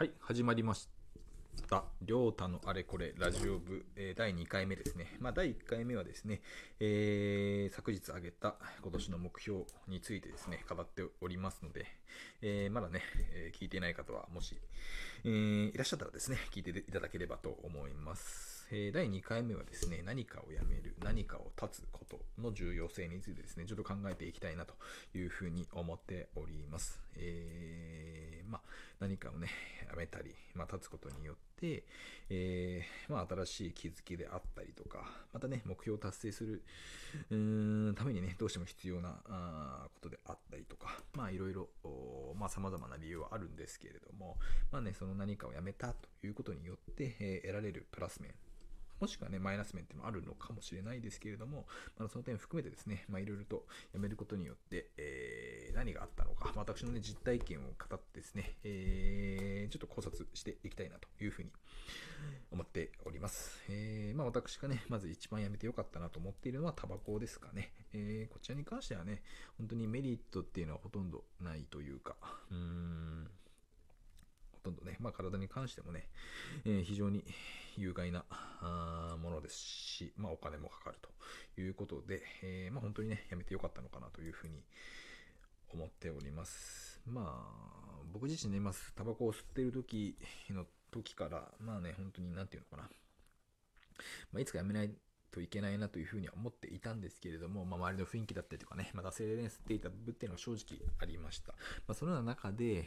はい、始まりました。りょうたのあれこれラジオ部、第2回目ですね。第1回目はですね、昨日挙げた今年の目標についてですね、語っておりますので、まだね、聞いていない方はもし、いらっしゃったらですね、聞いていただければと思います。第2回目はですね、何かをやめる、何かを断つことの重要性についてですね、ちょっと考えていきたいなというふうに思っております。何かをね、やめたり、断つことによって、新しい気づきであったりとか、またね、目標を達成するためにね、どうしても必要なことであったりとか、いろいろ、様々な理由はあるんですけれども、その何かをやめたということによって、得られるプラス面、もしくはね、マイナス面っていうのはあるのかもしれないですけれども、その点含めてですね、いろいろとやめることによって、何があったのか、私のね、実体験を語ってですね、ちょっと考察していきたいなというふうに思っております。私がね、まず一番やめてよかったなと思っているのはタバコですかね。こちらに関してはね、本当にメリットっていうのはほとんどないというか、ほとんどね、体に関してもね、非常に有害なものですし、お金もかかるということで、本当にね、やめてよかったのかなというふうに思っております。僕自身ね、タバコを吸っている時から、本当になんていうのかな、いつかやめないといけないなというふうには思っていたんですけれども、周りの雰囲気だったりとかね、惰性でね、吸っていた部分っていうのは正直ありました。そのような中で、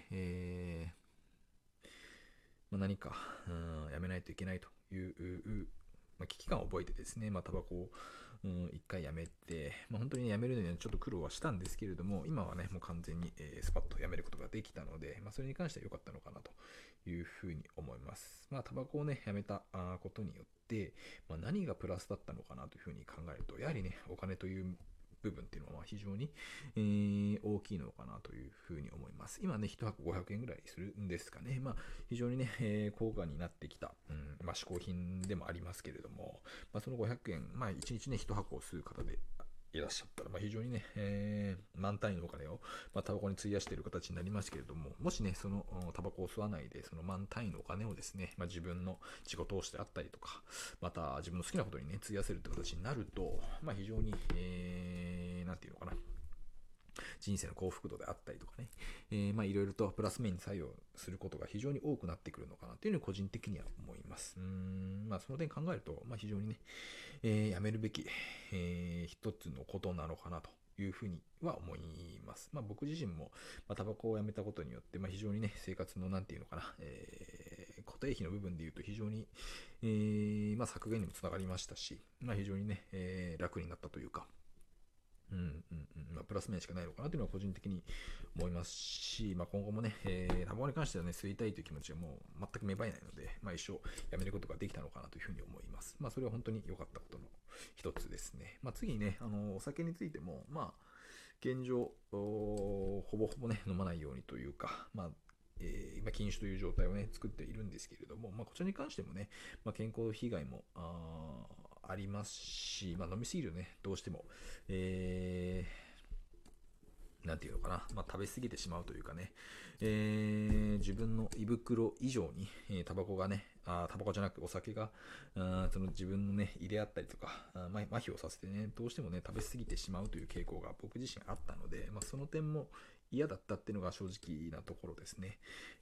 何か、やめないといけないという、危機感を覚えてですね、タバコを、一回やめて、本当に、ね、やめるのにはちょっと苦労はしたんですけれども、今はね、もう完全に、スパッとやめることができたので、それに関しては良かったのかなというふうに思います。タバコをね、やめたことによって、何がプラスだったのかなというふうに考えると、やはりね、お金という部分っていうのは非常に、大きいのかなというふうに思います。今ね、1箱500円ぐらいするんですかね。非常にね、高価になってきた、嗜好品でもありますけれども、その500円、1日ね、1箱を吸う方でいらっしゃったら、非常にね、満単位のお金を、タバコに費やしている形になりますけれども、もしね、そのタバコを吸わないで、その満単位のお金をですね、自分の自己投資であったりとか、また自分の好きなことにね、費やせるって形になると、非常に、なんていうのかな、人生の幸福度であったりとかね、いろいろとプラス面に作用することが非常に多くなってくるのかなというのを個人的には思います。その点考えると、非常にね、やめるべき、一つのことなのかなというふうには思います。僕自身も、タバコをやめたことによって、非常にね、生活のなんていうのかな、固定費の部分で言うと非常に、削減にもつながりましたし、非常にね、楽になったというか、プラス面しかないのかなというのは個人的に思いますし、今後もね、タバコに関してはね、吸いたいという気持ちはもう全く芽生えないので、一生やめることができたのかなというふうに思います。それは本当に良かったことの一つですね。次にね、お酒についても、現状、ほぼほぼね、飲まないようにというか、今禁酒という状態をね作っているんですけれども、こちらに関してもね、健康被害もありますし、飲みすぎるとねどうしても、なんていうのかな、食べ過ぎてしまうというかね、自分の胃袋以上に、タバコがね、タバコじゃなくお酒が、その自分のね、胃であったりとか、麻痺をさせてね、どうしてもね、食べ過ぎてしまうという傾向が僕自身あったので、その点も嫌だったっていうのが正直なところですね。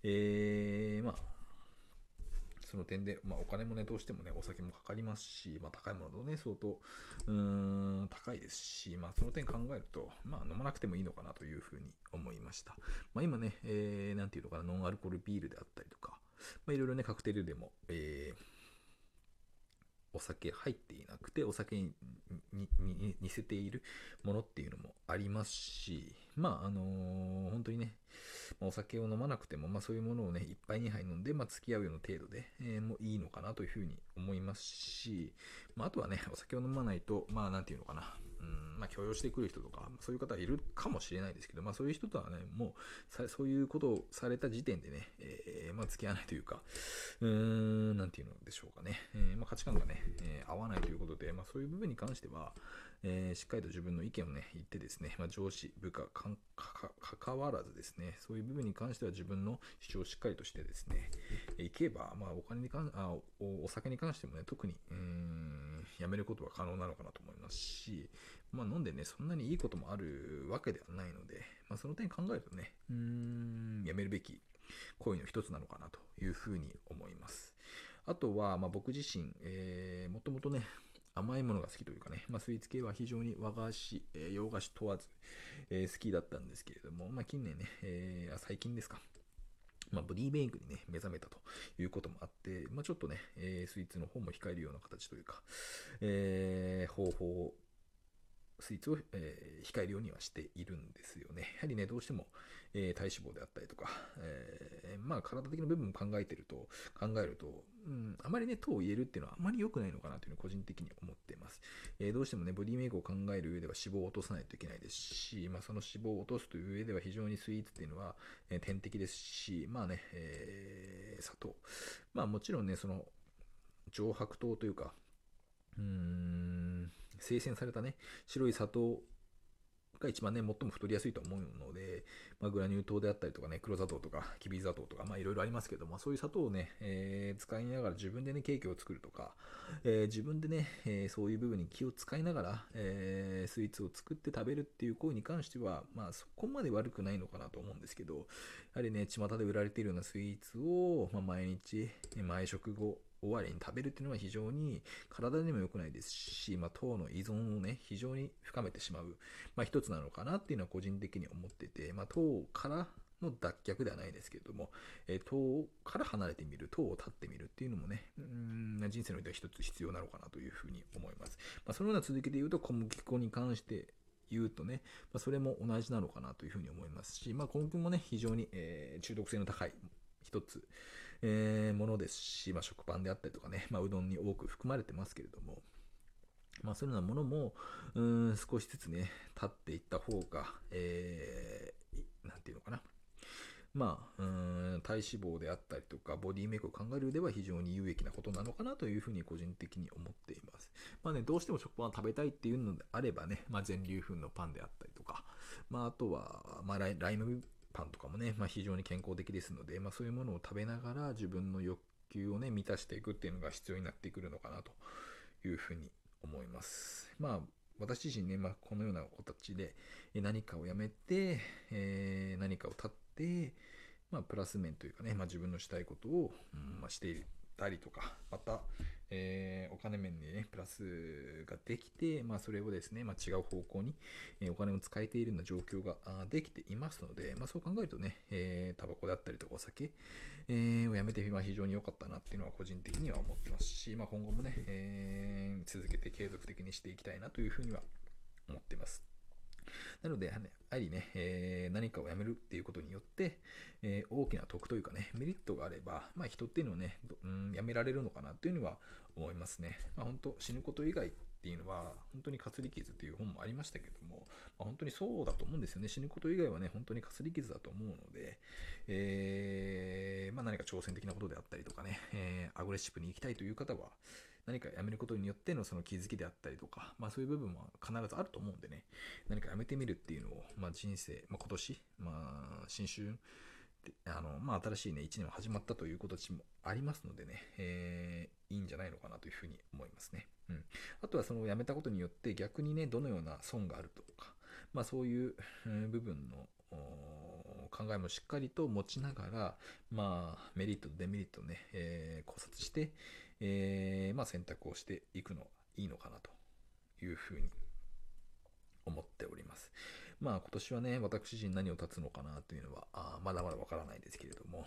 その点で、お金もね、どうしてもね、お酒もかかりますし、高いものとね、相当、高いですし、その点考えると、飲まなくてもいいのかなというふうに思いました。今ね、なんていうのかな、ノンアルコールビールであったりとか、いろいろね、カクテルでも、お酒入っていなくてお酒に似せているものっていうのもありますし、本当にね、お酒を飲まなくても、そういうものをね1杯2杯飲んで、付き合うような程度で、もういいのかなというふうに思いますし、あとはねお酒を飲まないとなんていうのかな、 許容してくる人とか、そういう方はいるかもしれないですけど、そういう人とはね、もうそういうことをされた時点でね、付き合わないというか、なんていうのでしょうかね、価値観がね、合わないということで、そういう部分に関しては、しっかりと自分の意見をね、言ってですね、上司、部下関わらずですね、そういう部分に関しては自分の主張をしっかりとしてですね、いけば、お酒に関してもね、特に、やめることは可能なのかなと思いますし、飲んでね、そんなにいいこともあるわけではないので、その点考えるとね、やめるべき行為の一つなのかなというふうに思います。あとは、僕自身、もともとね、甘いものが好きというかね、スイーツ系は非常に和菓子、洋菓子問わず、好きだったんですけれども、近年ね、最近ですか、ボディメイクにね、目覚めたということもあって、ちょっとね、スイーツの方も控えるような形というか、方法スイーツを、控えるようにはしているんですよね。やはりね、どうしても、体脂肪であったりとか、体的な部分も考えると、あまりね、糖を入れるっていうのはあまり良くないのかなというのを個人的に思っています。どうしてもね、ボディメイクを考える上では脂肪を落とさないといけないですし、その脂肪を落とすという上では非常にスイーツっていうのは、天敵ですし、砂糖。もちろんね、その、上白糖というか、精選されたね、白い砂糖が一番ね、最も太りやすいと思うので、グラニュー糖であったりとかね、黒砂糖とか、きび砂糖とか、いろいろありますけども、そういう砂糖をね、使いながら自分でね、ケーキを作るとか、自分でね、そういう部分に気を使いながら、スイーツを作って食べるっていう行為に関しては、そこまで悪くないのかなと思うんですけど、やはりね、巷で売られているようなスイーツを、毎日、毎食後、終わりに食べるっていうのは非常に体にも良くないですし、糖の依存をね、非常に深めてしまう、一つなのかなっていうのは個人的に思ってて、糖からの脱却ではないですけれども、糖から離れてみる、糖を断ってみるっていうのもね、人生においては一つ必要なのかなというふうに思います。そのような続きで言うと、小麦粉に関して言うとね、それも同じなのかなというふうに思いますし、小麦粉もね、非常に、中毒性の高い一つ、ものですし、食パンであったりとかね、うどんに多く含まれてますけれども、そういうようなものも少しずつね立っていった方が、なんていうのかな、体脂肪であったりとかボディメイクを考える上では非常に有益なことなのかなというふうに個人的に思っています。どうしても食パンを食べたいっていうのであればね、全粒粉のパンであったりとか、あとは、ライムパンとかもね、非常に健康的ですので、そういうものを食べながら自分の欲求をね満たしていくっていうのが必要になってくるのかなというふうに思います。私自身ね、このような形で何かをやめて、何かを立って、プラス面というかね、自分のしたいことを、していたりとか、また、お金面でね、プラスができて、それをですね、違う方向に、お金を使えているような状況ができていますので、そう考えるとね、タバコであったりとかお酒、をやめて非常に良かったなっていうのは個人的には思ってますし、今後もね、続けて継続的にしていきたいなというふうには思っています。なので、やはりね、何かをやめるっていうことによって、大きな得というかね、メリットがあれば、人っていうのはね、やめられるのかなっていうのは思いますね。本当死ぬこと以外っていうのは、本当にかすり傷っていう本もありましたけども、本当にそうだと思うんですよね。死ぬこと以外はね、本当にかすり傷だと思うので、何か挑戦的なことであったりとかね、アグレッシブに生きたいという方は、何かやめることによってのその気づきであったりとか、そういう部分も必ずあると思うんでね、何かやめてみるっていうのを、人生、今年、新春で、新しいね、一年も始まったということもありますのでね、いいんじゃないのかなというふうに思いますね。あとはそのやめたことによって逆にね、どのような損があるとか、そういう部分の考えもしっかりと持ちながら、メリットとデメリットをね、考察して、選択をしていくのがいいのかなというふうに思っております。今年はね、私自身何を立つのかなというのは、まだまだわからないですけれども、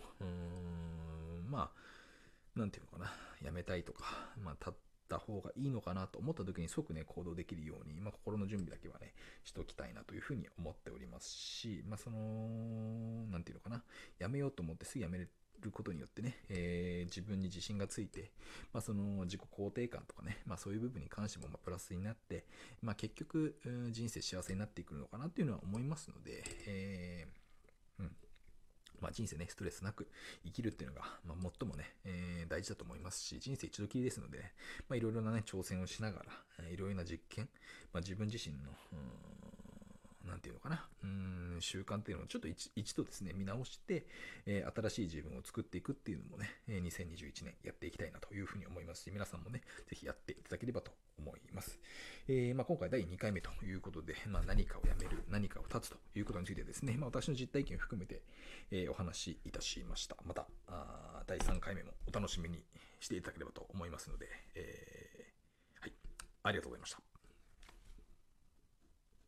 なんていうのかな、やめたいとか、立った方がいいのかなと思った時に即ね、行動できるように、心の準備だけはね、しときたいなというふうに思っておりますし、なんていうのかな、やめようと思ってすぐやめるることによってね、自分に自信がついて、その自己肯定感とかね、そういう部分に関してもプラスになって、結局、人生幸せになっていくのかなっていうのは思いますので、うん人生ね、ストレスなく生きるっていうのが、最もね、大事だと思いますし、人生一度きりですのでね、いろいろなね、挑戦をしながら、いろいろな実験、自分自身の、なんていうのかな、習慣っていうのをちょっと一度ですね、見直して、新しい自分を作っていくっていうのもね、2021年やっていきたいなというふうに思いますし、皆さんもね、ぜひやっていただければと思います。今回第2回目ということで、何かをやめる、何かを断つということについてですね、私の実体験を含めて、お話しいたしました。また、第3回目もお楽しみにしていただければと思いますので、はい、ありがとうございました。